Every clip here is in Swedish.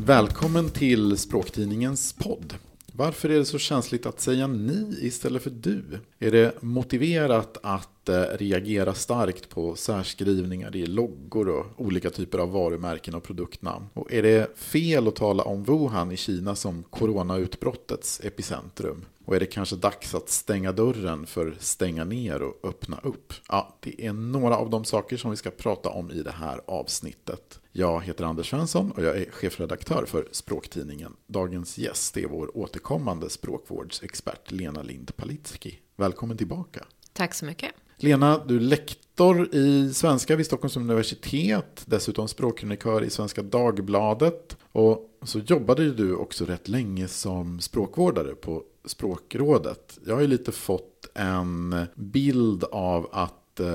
Välkommen till Språktidningens podd. Varför är det så känsligt att säga ni istället för du? Är det motiverat att reagera starkt på särskrivningar i loggor och olika typer av varumärken och produktnamn? Och är det fel att tala om Wuhan i Kina som coronautbrottets epicentrum? Och är det kanske dags att stänga dörren för stänga ner och öppna upp? Ja, det är några av de saker som vi ska prata om i det här avsnittet. Jag heter Anders Svensson och jag är chefredaktör för Språktidningen. Dagens gäst är vår återkommande språkvårdsexpert Lena Lind Palitski. Välkommen tillbaka. Tack så mycket. Lena, du är lektor i svenska vid Stockholms universitet, dessutom språkkrönikör i Svenska Dagbladet. Och så jobbade ju du också rätt länge som språkvårdare på Språkrådet. Jag har ju lite fått en bild av att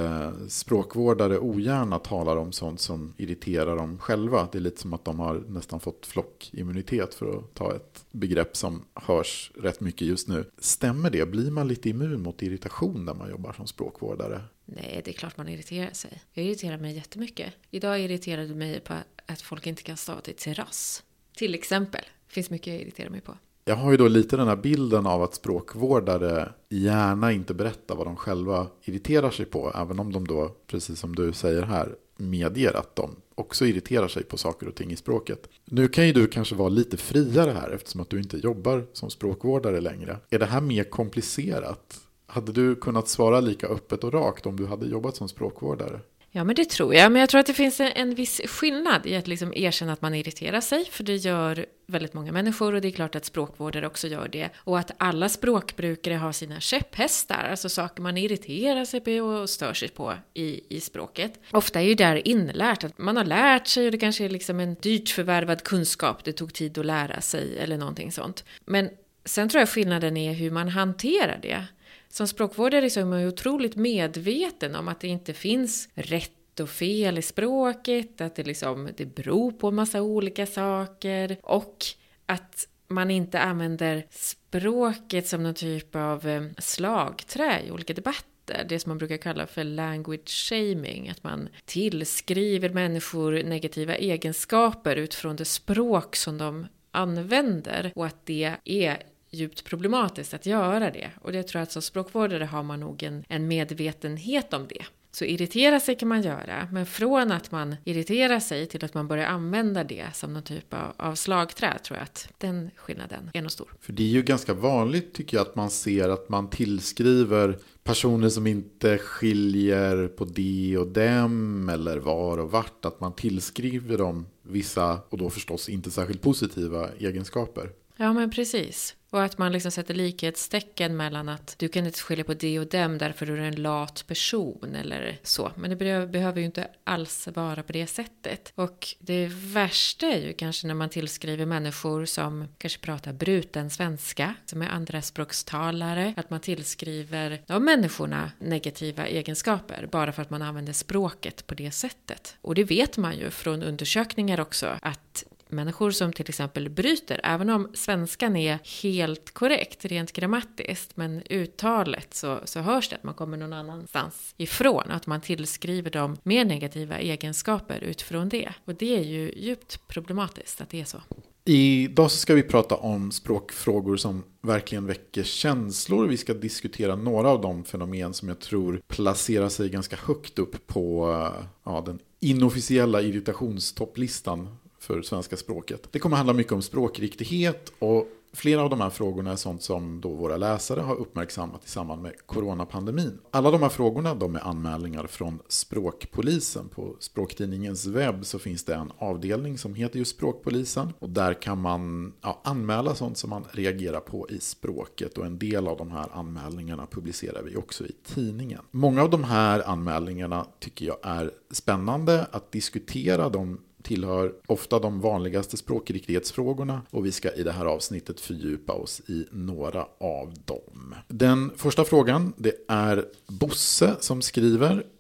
språkvårdare ogärna talar om sånt som irriterar dem själva. Det är lite som att de har nästan fått flockimmunitet, för att ta ett begrepp som hörs rätt mycket just nu. Stämmer det? Blir man lite immun mot irritation när man jobbar som språkvårdare? Nej, det är klart man irriterar sig. Jag irriterar mig jättemycket. Idag irriterade mig på att folk inte kan stava till terrass. Till exempel. Det finns mycket jag irriterar mig på. Jag har ju då lite den här bilden av att språkvårdare gärna inte berättar vad de själva irriterar sig på. Även om de då, precis som du säger här, medger att de också irriterar sig på saker och ting i språket. Nu kan ju du kanske vara lite friare här eftersom att du inte jobbar som språkvårdare längre. Är det här mer komplicerat? Hade du kunnat svara lika öppet och rakt om du hade jobbat som språkvårdare? Ja, men det tror jag. Men jag tror att det finns en viss skillnad i att liksom erkänna att man irriterar sig. För det gör väldigt många människor och det är klart att språkvårdare också gör det. Och att alla språkbrukare har sina käpphästar. Alltså saker man irriterar sig på och stör sig på i språket. Ofta är ju där inlärt att man har lärt sig och det kanske är liksom en dyrt förvärvad kunskap. Det tog tid att lära sig eller någonting sånt. Men sen tror jag skillnaden är hur man hanterar det. Som språkvårdare så är man ju otroligt medveten om att det inte finns rätt och fel i språket, att det beror på en massa olika saker och att man inte använder språket som någon typ av slagträ i olika debatter. Det som man brukar kalla för language shaming, att man tillskriver människor negativa egenskaper utifrån det språk som de använder och att det är djupt problematiskt att göra det. Och det tror jag att som språkvårdare har man nog en medvetenhet om det. Så irritera sig kan man göra, men från att man irriterar sig till att man börjar använda det som någon typ av slagträ tror jag att den skillnaden är nog stor. För det är ju ganska vanligt tycker jag att man ser att man tillskriver personer som inte skiljer på de och dem eller var och vart, att man tillskriver dem vissa och då förstås inte särskilt positiva egenskaper. Ja, men precis. Och att man liksom sätter likhetstecken mellan att du kan inte skilja på det och dem därför du är en lat person eller så. Men det behöver ju inte alls vara på det sättet. Och det värsta är ju kanske när man tillskriver människor som kanske pratar bruten svenska, som är andra språkstalare. Att man tillskriver de människorna negativa egenskaper bara för att man använder språket på det sättet. Och det vet man ju från undersökningar också att människor som till exempel bryter, även om svenskan är helt korrekt rent grammatiskt, men uttalet så hörs det att man kommer någon annanstans ifrån, att man tillskriver dem mer negativa egenskaper utifrån det. Och det är ju djupt problematiskt att det är så. Idag så ska vi prata om språkfrågor som verkligen väcker känslor. Vi ska diskutera några av de fenomen som jag tror placerar sig ganska högt upp på den inofficiella irritationstopplistan för svenska språket. Det kommer handla mycket om språkriktighet och flera av de här frågorna är sånt som då våra läsare har uppmärksammat i samband med coronapandemin. Alla de här frågorna de är anmälningar från Språkpolisen. På Språktidningens webb så finns det en avdelning som heter just Språkpolisen och där kan man anmäla sånt som man reagerar på i språket och en del av de här anmälningarna publicerar vi också i tidningen. Många av de här anmälningarna tycker jag är spännande att diskutera. De tillhör ofta de vanligaste språkriktighetsfrågorna och vi ska i det här avsnittet fördjupa oss i några av dem. Den första frågan, det är Bosse som skriver: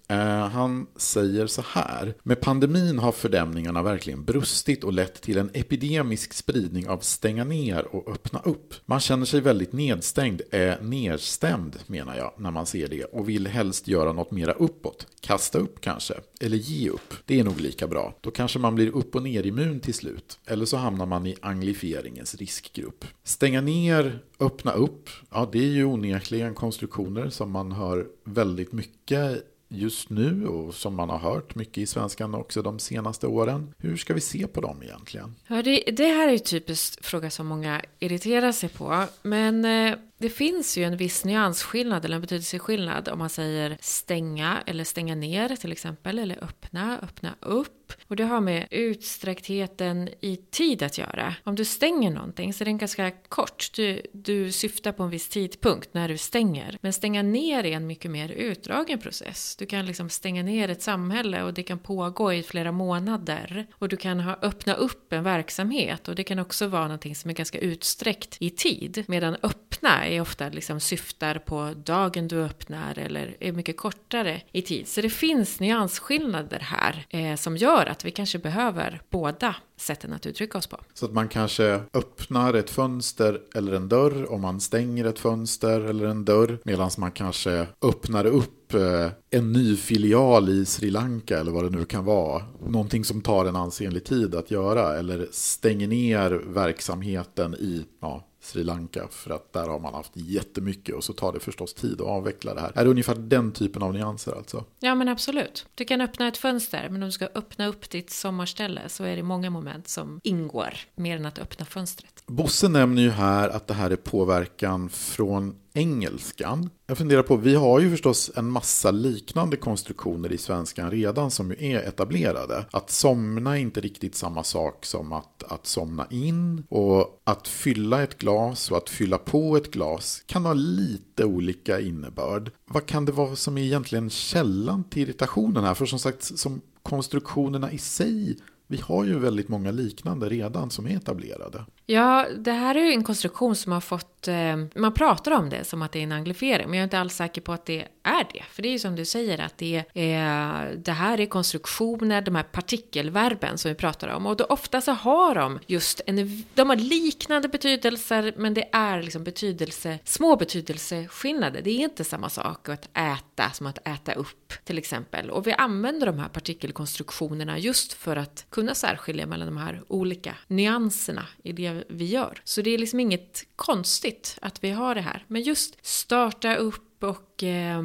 Han säger så här: med pandemin har fördämningarna verkligen brustit och lett till en epidemisk spridning av stänga ner och öppna upp. Man känner sig väldigt nedstängd, nedstämd menar jag, när man ser det och vill helst göra något mera uppåt. Kasta upp kanske, eller ge upp. Det är nog lika bra. Då kanske man blir upp- och ner-immun till slut. Eller så hamnar man i anglifieringens riskgrupp. Stänga ner, öppna upp. Ja, det är ju onekligen konstruktioner som man hör väldigt mycket just nu och som man har hört mycket i svenskan också de senaste åren. Hur ska vi se på dem egentligen? Ja, det här är ju typiskt fråga som många irriterar sig på. Men det finns ju en viss nyansskillnad eller en betydelseskillnad om man säger stänga eller stänga ner till exempel. Eller öppna upp. Och det har med utsträcktheten i tid att göra. Om du stänger någonting så är den ganska kort. Du syftar på en viss tidpunkt när du stänger. Men stänga ner är en mycket mer utdragen process. Du kan liksom stänga ner ett samhälle och det kan pågå i flera månader. Och du kan öppna upp en verksamhet. Och det kan också vara någonting som är ganska utsträckt i tid. Medan öppna är ofta liksom syftar på dagen du öppnar eller är mycket kortare i tid. Så det finns nyansskillnader här som gör att vi kanske behöver båda sätten att uttrycka oss på. Så att man kanske öppnar ett fönster eller en dörr om man stänger ett fönster eller en dörr, medan man kanske öppnar upp en ny filial i Sri Lanka eller vad det nu kan vara. Någonting som tar en ansenlig tid att göra, eller stänger ner verksamheten i Sri Lanka för att där har man haft jättemycket och så tar det förstås tid att avveckla det här. Är det ungefär den typen av nyanser alltså? Ja, men absolut. Du kan öppna ett fönster, men om du ska öppna upp ditt sommarställe så är det många moment som ingår mer än att öppna fönstret. Bosse nämner ju här att det här är påverkan från engelskan. Jag funderar på, vi har ju förstås en massa liknande konstruktioner i svenskan redan som ju är etablerade. Att somna är inte riktigt samma sak som att somna in, och att fylla ett glas och att fylla på ett glas kan ha lite olika innebörd. Vad kan det vara som är egentligen källan till irritationen här? För som sagt, som konstruktionerna i sig, vi har ju väldigt många liknande redan som är etablerade. Ja, det här är ju en konstruktion som har fått, man pratar om det som att det är en anglifiering, men jag är inte alls säker på att det är det. För det är ju som du säger att det här är konstruktioner, de här partikelverben som vi pratar om. Och då ofta så har de just de har liknande betydelser, men det är liksom små betydelseskillnader. Det är inte samma sak att äta som att äta upp till exempel. Och vi använder de här partikelkonstruktionerna just för att kunna särskilja mellan de här olika nyanserna i det vi gör. Så det är liksom inget konstigt att vi har det här. Men just starta upp och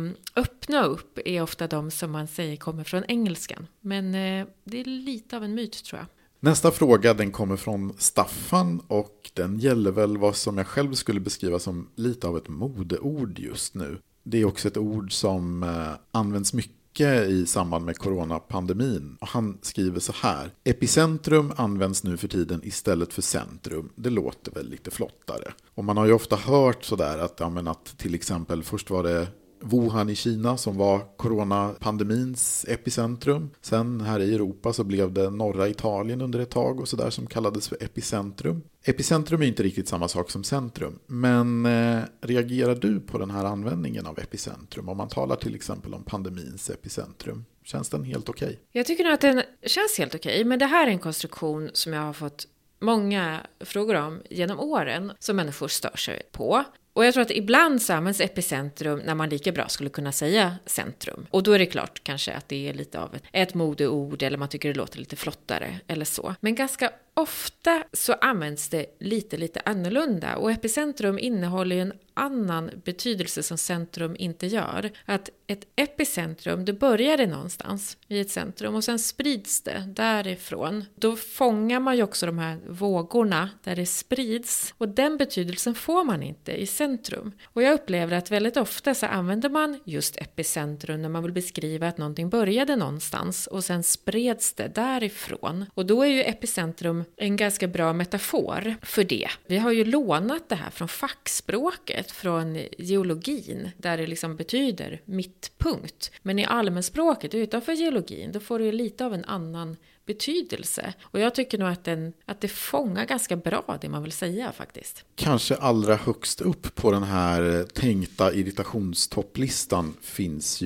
öppna upp är ofta de som man säger kommer från engelskan. Men det är lite av en myt, tror jag. Nästa fråga, den kommer från Staffan och den gäller väl vad som jag själv skulle beskriva som lite av ett modeord just nu. Det är också ett ord som används mycket i samband med coronapandemin. Och han skriver så här: epicentrum används nu för tiden istället för centrum. Det låter väl lite flottare. Och man har ju ofta hört sådär att till exempel först var det Wuhan i Kina som var coronapandemins epicentrum. Sen här i Europa så blev det norra Italien under ett tag och sådär som kallades för epicentrum. Epicentrum är inte riktigt samma sak som centrum. Men reagerar du på den här användningen av epicentrum? Om man talar till exempel om pandemins epicentrum. Känns den helt okej? Jag tycker nog att den känns helt okej. Men det här är en konstruktion som jag har fått många frågor om genom åren som människor stör sig på. Och jag tror att ibland så används epicentrum när man lika bra skulle kunna säga centrum. Och då är det klart kanske att det är lite av ett modeord eller man tycker det låter lite flottare eller så. Men ganska ofta så används det lite annorlunda. Och epicentrum innehåller ju en annan betydelse som centrum inte gör. Att ett epicentrum, det börjar någonstans i ett centrum och sen sprids det därifrån. Då fångar man ju också de här vågorna där det sprids. Och den betydelsen får man inte i centrum. Och jag upplever att väldigt ofta så använder man just epicentrum när man vill beskriva att någonting började någonstans och sen spreds det därifrån. Och då är ju epicentrum en ganska bra metafor för det. Vi har ju lånat det här från fackspråket, från geologin, där det liksom betyder mittpunkt. Men i allmänspråket utanför geologin, då får det ju lite av en annan betydelse. Och jag tycker nog att det fångar ganska bra det man vill säga faktiskt. Kanske allra högst upp på den här tänkta irritationstopplistan finns ju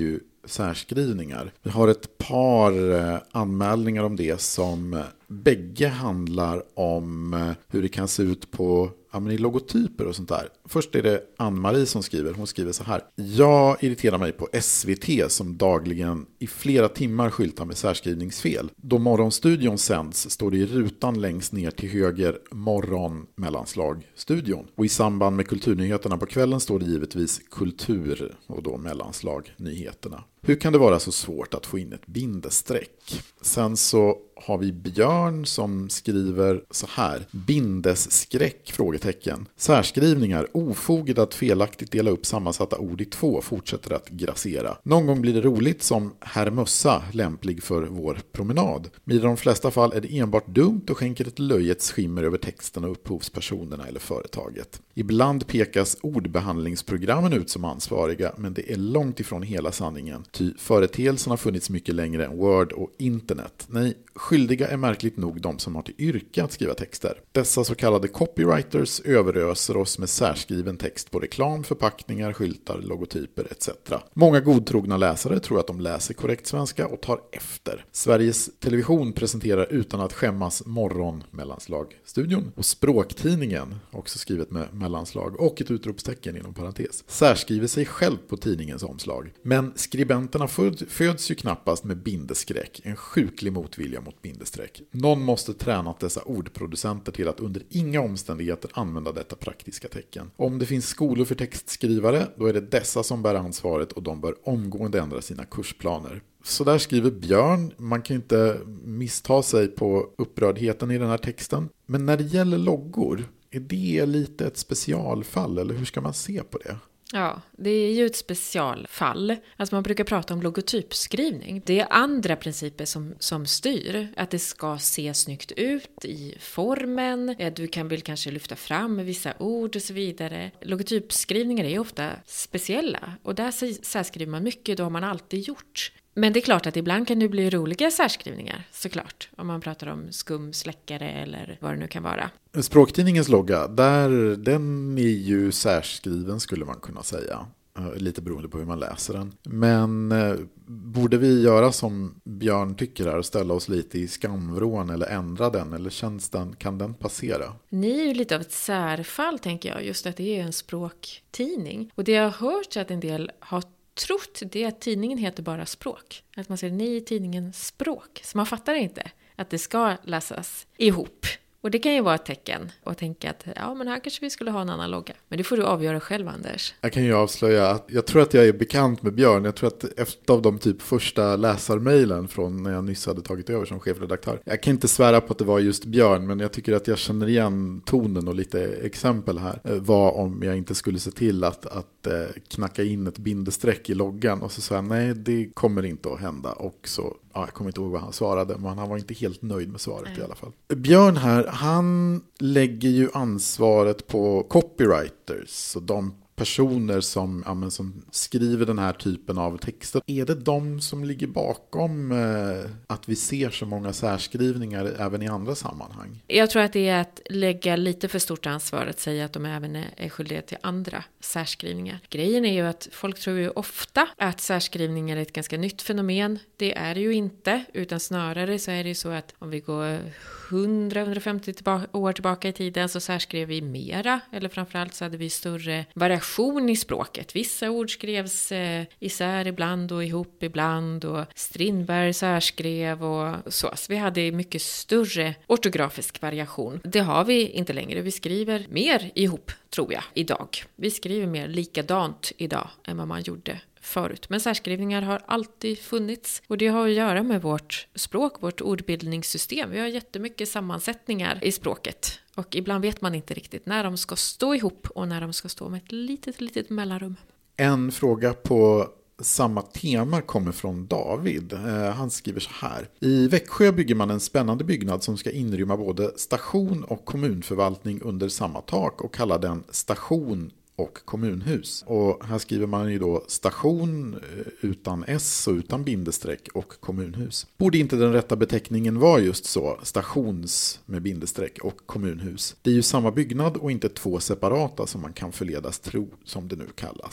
särskrivningar. Vi har ett par anmälningar om det som bägge handlar om hur det kan se ut på i logotyper och sånt där. Först är det Ann-Marie som skriver. Hon skriver så här: jag irriterar mig på SVT som dagligen i flera timmar skyltar med särskrivningsfel. Då Morgonstudion sänds står det i rutan längst ner till höger morgon mellanslag studion. Och i samband med kulturnyheterna på kvällen står det givetvis kultur och då mellanslag nyheterna. Hur kan det vara så svårt att få in ett bindestreck? Sen så har vi Björn som skriver så här: bindesskräck? Frågetecken. Särskrivningar, ofoget att felaktigt dela upp sammansatta ord i 2 fortsätter att grassera. Någon gång blir det roligt som herr Mössa, lämplig för vår promenad. Men i de flesta fall är det enbart dumt och skänker ett löjets skimmer över texten och upphovspersonerna eller företaget. Ibland pekas ordbehandlingsprogrammen ut som ansvariga, men det är långt ifrån hela sanningen. Ty företeelsen har funnits mycket längre än Word och internet. Nej, skyldiga är märkligt nog de som har till yrke att skriva texter. Dessa så kallade copywriters överöser oss med särskriven text på reklam, förpackningar, skyltar, logotyper etc. Många godtrogna läsare tror att de läser korrekt svenska och tar efter. Sveriges Television presenterar utan att skämmas morgon mellanslag studion. Och Språktidningen, också skrivet med mellanslag och ett utropstecken inom parentes, särskriver sig själv på tidningens omslag. Men skribenterna föds ju knappast med bindeskräck, en sjuklig motvilja mot bindesträck. Någon måste träna dessa ordproducenter till att under inga omständigheter använda detta praktiska tecken. Om det finns skolor för textskrivare, då är det dessa som bär ansvaret och de bör omgående ändra sina kursplaner. Så där skriver Björn. Man kan inte missta sig på upprördheten i den här texten. Men när det gäller loggor, är det lite ett specialfall eller hur ska man se på det? Ja, det är ju ett specialfall. Alltså man brukar prata om logotypskrivning. Det är andra principer som styr. Att det ska se snyggt ut i formen. Du kan väl kanske lyfta fram vissa ord och så vidare. Logotypskrivningar är ofta speciella. Och där särskriver man mycket, då har man alltid gjort. Men det är klart att ibland kan det bli roliga särskrivningar, såklart. Om man pratar om skumsläckare eller vad det nu kan vara. Språktidningens logga, den är ju särskriven skulle man kunna säga. Lite beroende på hur man läser den. Men borde vi göra som Björn tycker här och ställa oss lite i skamvrån eller ändra den? Eller kan den passera? Ni är ju lite av ett särfall tänker jag, just att det är en språktidning. Och det jag har hört att en del har trott det är att tidningen heter bara språk. Att man säger ni i tidningen språk. Så man fattar inte att det ska läsas ihop. Och det kan ju vara ett tecken och tänka att men här kanske vi skulle ha en annan logga. Men det får du avgöra själv, Anders. Jag kan ju avslöja att jag tror att jag är bekant med Björn. Jag tror att efter av de första läsarmejlen från när jag nyss hade tagit över som chefredaktör. Jag kan inte svära på att det var just Björn, men jag tycker att jag känner igen tonen och lite exempel här. Vad om jag inte skulle se till att knacka in ett bindesträck i loggan och så sa jag nej, det kommer inte att hända. Och så, jag kommer inte ihåg vad han svarade, men han var inte helt nöjd med svaret i alla fall. Björn här, han lägger ju ansvaret på copywriters och de personer som skriver den här typen av texter. Är det de som ligger bakom att vi ser så många särskrivningar även i andra sammanhang? Jag tror att det är att lägga lite för stort ansvar att säga att de även är skyldiga till andra särskrivningar. Grejen är ju att folk tror ju ofta att särskrivningar är ett ganska nytt fenomen. Det är det ju inte, utan snarare så är det ju så att om vi går 100-150 år tillbaka i tiden så särskrev vi mera, eller framförallt så hade vi större variation i språket. Vissa ord skrevs isär ibland och ihop ibland och Strindberg särskrev och så. Så vi hade mycket större ortografisk variation. Det har vi inte längre. Vi skriver mer ihop, tror jag, idag. Vi skriver mer likadant idag än vad man gjorde förut. Men särskrivningar har alltid funnits och det har att göra med vårt språk, vårt ordbildningssystem. Vi har jättemycket sammansättningar i språket och ibland vet man inte riktigt när de ska stå ihop och när de ska stå med ett litet mellanrum. En fråga på samma tema kommer från David. Han skriver så här. I Växjö bygger man en spännande byggnad som ska inrymma både station och kommunförvaltning under samma tak och kallar den station och kommunhus. Och här skriver man ju då station utan S och utan bindesträck och kommunhus. Borde inte den rätta beteckningen vara just så, stations med bindesträck och kommunhus? Det är ju samma byggnad och inte två separata som man kan förledas tro som det nu kallas.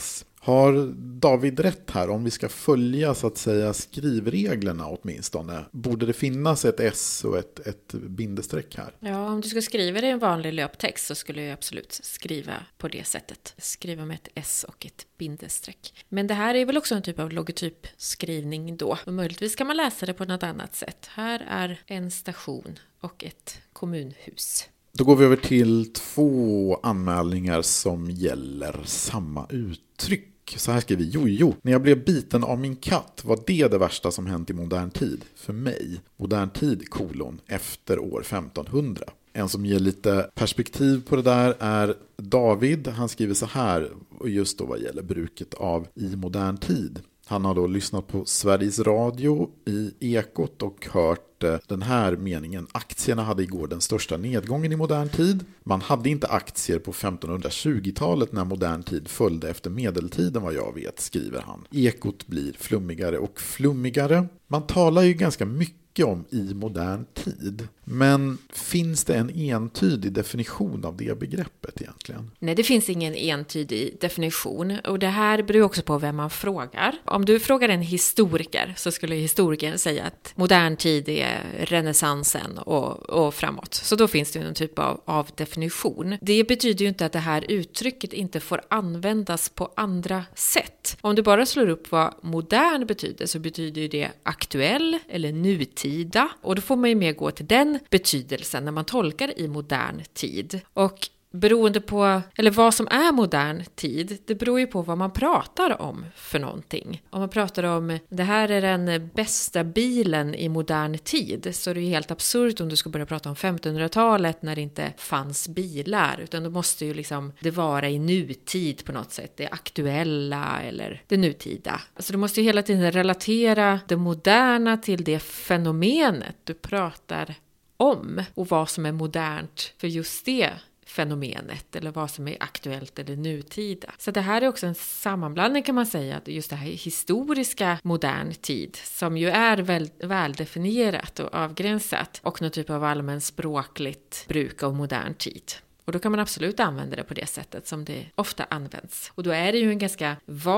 Har David rätt här? Om vi ska följa så att säga skrivreglerna åtminstone, borde det finnas ett S och ett bindestreck här? Ja, om du ska skriva det i en vanlig löptext så skulle jag absolut skriva på det sättet. Skriva med ett S och ett bindestreck. Men det här är väl också en typ av logotypskrivning då. Och möjligtvis kan man läsa det på något annat sätt. Här är en station och ett kommunhus. Då går vi över till 2 anmälningar som gäller samma uttryck. Så här skriver vi: jo. När jag blev biten av min katt var det värsta som hänt i modern tid. För mig. Modern tid, efter år 1500. En som ger lite perspektiv på det där är David. Han skriver så här, just då vad gäller bruket av i modern tid. Han har då lyssnat på Sveriges Radio i Ekot och hört den här meningen: aktierna hade igår den största nedgången i modern tid. Man hade inte aktier på 1520-talet när modern tid följde efter medeltiden vad jag vet, skriver han. Ekot blir flummigare och flummigare. Man talar ju ganska mycket om i modern tid. Men finns det en entydig definition av det begreppet egentligen? Nej, det finns ingen entydig definition. Och det här beror också på vem man frågar. Om du frågar en historiker så skulle historikern säga att modern tid är renässansen och framåt. Så då finns det ju någon typ av definition. Det betyder ju inte att det här uttrycket inte får användas på andra sätt. Om du bara slår upp vad modern betyder så betyder ju det aktuell eller nutida. Och då får man ju mer gå till den betydelsen när man tolkar i modern tid. Och beroende på, eller vad som är modern tid, det beror ju på vad man pratar om för någonting. Om man pratar om det här är den bästa bilen i modern tid, så är det ju helt absurt om du ska börja prata om 1500-talet när det inte fanns bilar, utan då måste ju liksom det vara i nutid på något sätt, det aktuella eller det nutida. Alltså du måste ju hela tiden relatera det moderna till det fenomenet du pratar om och vad som är modernt för just det fenomenet eller vad som är aktuellt eller nutida. Så det här är också en sammanblandning kan man säga, att just det här historiska modern tid som ju är väldefinierat och avgränsat och någon typ av allmän språkligt bruk av modern tid. Och då kan man absolut använda det på det sättet som det ofta används. Och då är det ju en ganska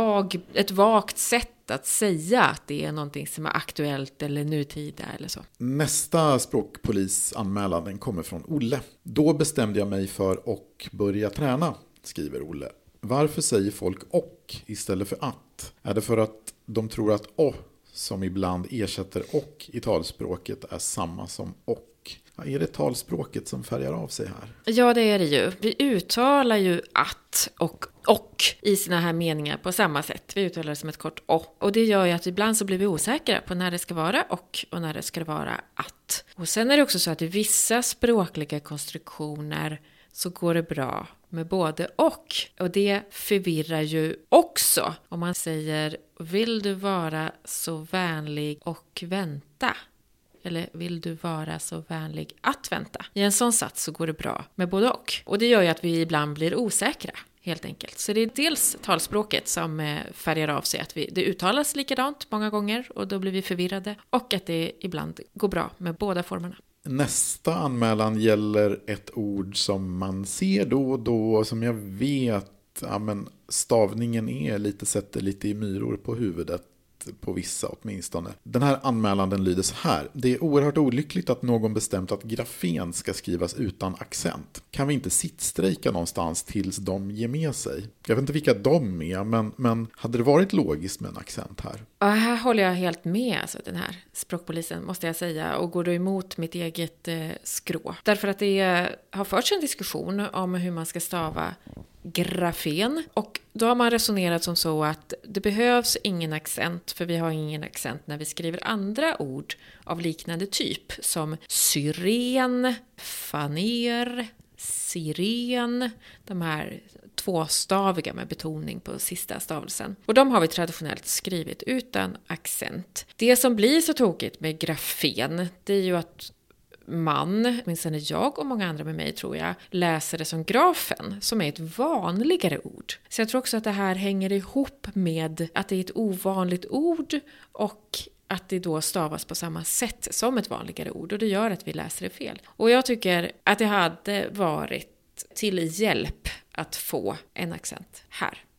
ett vagt sätt att säga att det är någonting som är aktuellt eller nutida eller så. Nästa språkpolisanmälan den kommer från Olle. Då bestämde jag mig för att börja träna, skriver Olle. Varför säger folk och istället för att? Är det för att de tror att som ibland ersätter och i talspråket är samma som och? Är det talspråket som färgar av sig här? Ja, det är det ju. Vi uttalar ju att och i sina här meningar på samma sätt. Vi uttalar det som ett kort och. Och det gör ju att ibland så blir vi osäkra på när det ska vara och när det ska vara att. Och sen är det också så att i vissa språkliga konstruktioner så går det bra med både och. Och det förvirrar ju också. Om man säger, vill du vara så vänlig och vänta? Eller vill du vara så vänlig att vänta? I en sån sats så går det bra med både och. Och det gör ju att vi ibland blir osäkra, helt enkelt. Så det är dels talspråket som färgar av sig. Att det uttalas likadant många gånger och då blir vi förvirrade. Och att det ibland går bra med båda formerna. Nästa anmälan gäller ett ord som man ser då och då, som jag vet, stavningen sätter lite i myror på huvudet. På vissa åtminstone. Den här anmälan den lyder så här: det är oerhört olyckligt att någon bestämt att grafen ska skrivas utan accent. Kan vi inte sittstrejka någonstans tills de ger med sig? Jag vet inte vilka de är, men hade det varit logiskt med en accent här? Ja, här håller jag helt med, alltså, den här språkpolisen måste jag säga, och går då emot mitt eget skrå. Därför att det har förts en diskussion om hur man ska stava grafen, och då har man resonerat som så att det behövs ingen accent, för vi har ingen accent när vi skriver andra ord av liknande typ som syren, faner, siren, de här tvåstaviga med betoning på sista stavelsen. Och de har vi traditionellt skrivit utan accent. Det som blir så tokigt med grafen, det är ju att åtminstone jag och många andra med mig tror jag, läser det som grafen, som är ett vanligare ord. Så jag tror också att det här hänger ihop med att det är ett ovanligt ord och att det då stavas på samma sätt som ett vanligare ord, och det gör att vi läser det fel. Och jag tycker att det hade varit till hjälp att få en accent här.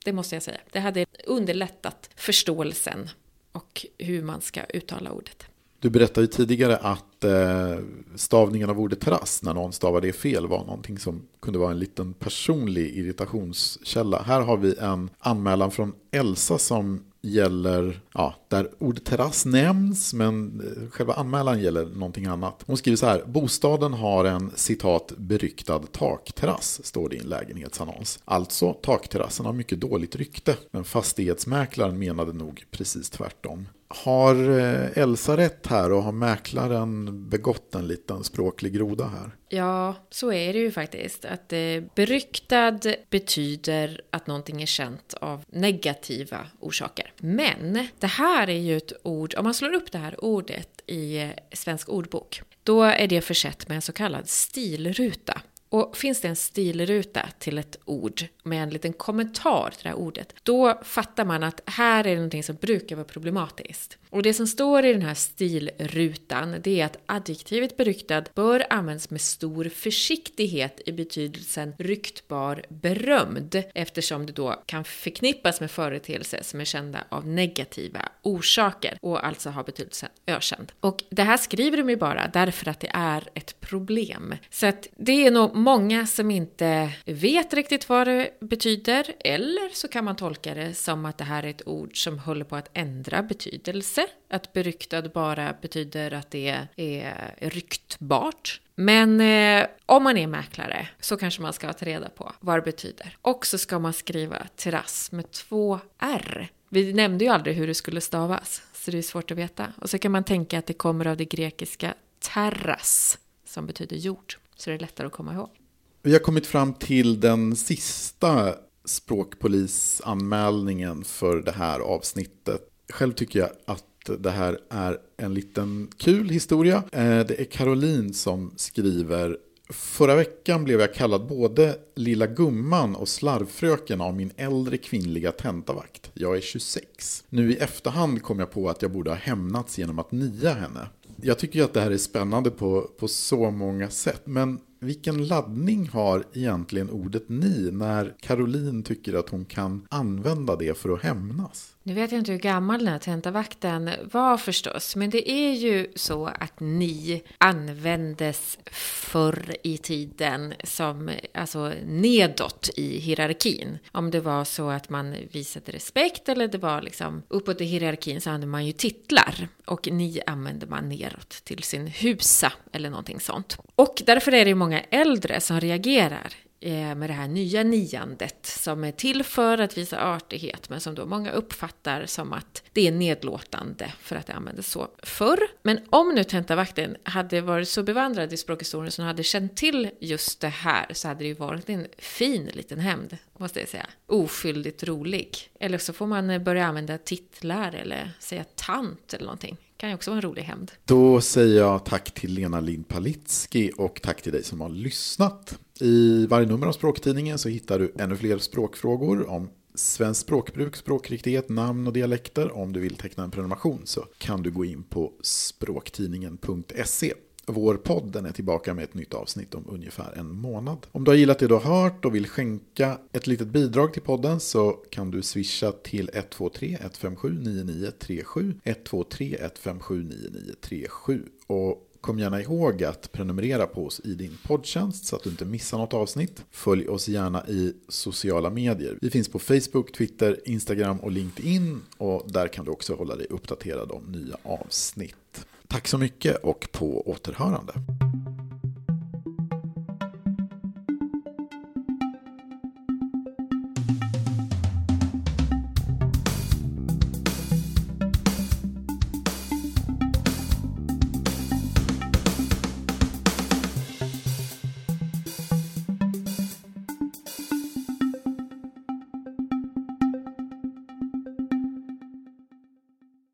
Det måste jag säga. Det hade underlättat förståelsen och hur man ska uttala ordet. Du berättade ju tidigare att stavningen av ordet terrass, när någon stavade det fel, var någonting som kunde vara en liten personlig irritationskälla. Här har vi en anmälan från Elsa som gäller, där ordet terrass nämns, men själva anmälan gäller någonting annat. Hon skriver så här: bostaden har en citat beryktad takterrass, står det i en lägenhetsannons. Alltså, takterrassen har mycket dåligt rykte, men fastighetsmäklaren menade nog precis tvärtom. Har Elsa rätt här och har mäklaren begått en liten språklig groda här? Ja, så är det ju faktiskt. Att beryktad betyder att någonting är känt av negativa orsaker. Men det här är ju ett ord, om man slår upp det här ordet i Svensk ordbok, då är det försett med en så kallad stilruta. Och finns det en stilruta till ett ord med en liten kommentar till det här ordet, då fattar man att här är det någonting som brukar vara problematiskt. Och det som står i den här stilrutan, det är att adjektivet beryktad bör användas med stor försiktighet i betydelsen ryktbar, berömd, eftersom det då kan förknippas med företeelser som är kända av negativa orsaker och alltså har betydelsen ökänd. Och det här skriver de ju bara därför att det är ett problem. Så att det är nog många som inte vet riktigt vad det betyder, eller så kan man tolka det som att det här är ett ord som håller på att ändra betydelse. Att beryktad bara betyder att det är ryktbart. Men om man är mäklare så kanske man ska ta reda på vad det betyder. Och så ska man skriva terrass med 2 R. Vi nämnde ju aldrig hur det skulle stavas, så det är svårt att veta. Och så kan man tänka att det kommer av det grekiska terras, som betyder jord. Så det är lättare att komma ihåg. Vi har kommit fram till den sista språkpolisanmälningen för det här avsnittet. Själv tycker jag att det här är en liten kul historia. Det är Caroline som skriver: förra veckan blev jag kallad både lilla gumman och slarvfröken av min äldre kvinnliga tentavakt. Jag är 26. Nu i efterhand kom jag på att jag borde ha hämnats genom att nia henne. Jag tycker att det här är spännande på så många sätt. Men vilken laddning har egentligen ordet ni när Caroline tycker att hon kan använda det för att hämnas? Nu vet jag inte hur gammal den här tentavakten var förstås, men det är ju så att ni användes förr i tiden som alltså nedåt i hierarkin. Om det var så att man visade respekt eller det var liksom uppåt i hierarkin så använde man ju titlar och ni använde man neråt till sin husa eller någonting sånt. Och därför är det ju många äldre som reagerar med det här nya niandet som är till för att visa artighet, men som då många uppfattar som att det är nedlåtande för att det användes så förr. Men om nu tentavakten hade varit så bevandrad i språkhistorien som hade känt till just det här, så hade det ju varit en fin liten hämnd, måste jag säga. Oskyldigt rolig. Eller så får man börja använda titlar eller säga tant eller någonting. Kan ju också vara en rolig hämnd. Då säger jag tack till Lena Lind-Palitski och tack till dig som har lyssnat. I varje nummer av Språktidningen så hittar du ännu fler språkfrågor om svensk språkbruk, språkriktighet, namn och dialekter. Om du vill teckna en prenumeration så kan du gå in på språktidningen.se. Vår podd den är tillbaka med ett nytt avsnitt om ungefär en månad. Om du har gillat det du har hört och vill skänka ett litet bidrag till podden så kan du swisha till 123 157 9937 123 157 9937 och kom gärna ihåg att prenumerera på oss i din poddtjänst så att du inte missar något avsnitt. Följ oss gärna i sociala medier. Vi finns på Facebook, Twitter, Instagram och LinkedIn och där kan du också hålla dig uppdaterad om nya avsnitt. Tack så mycket och på återhörande.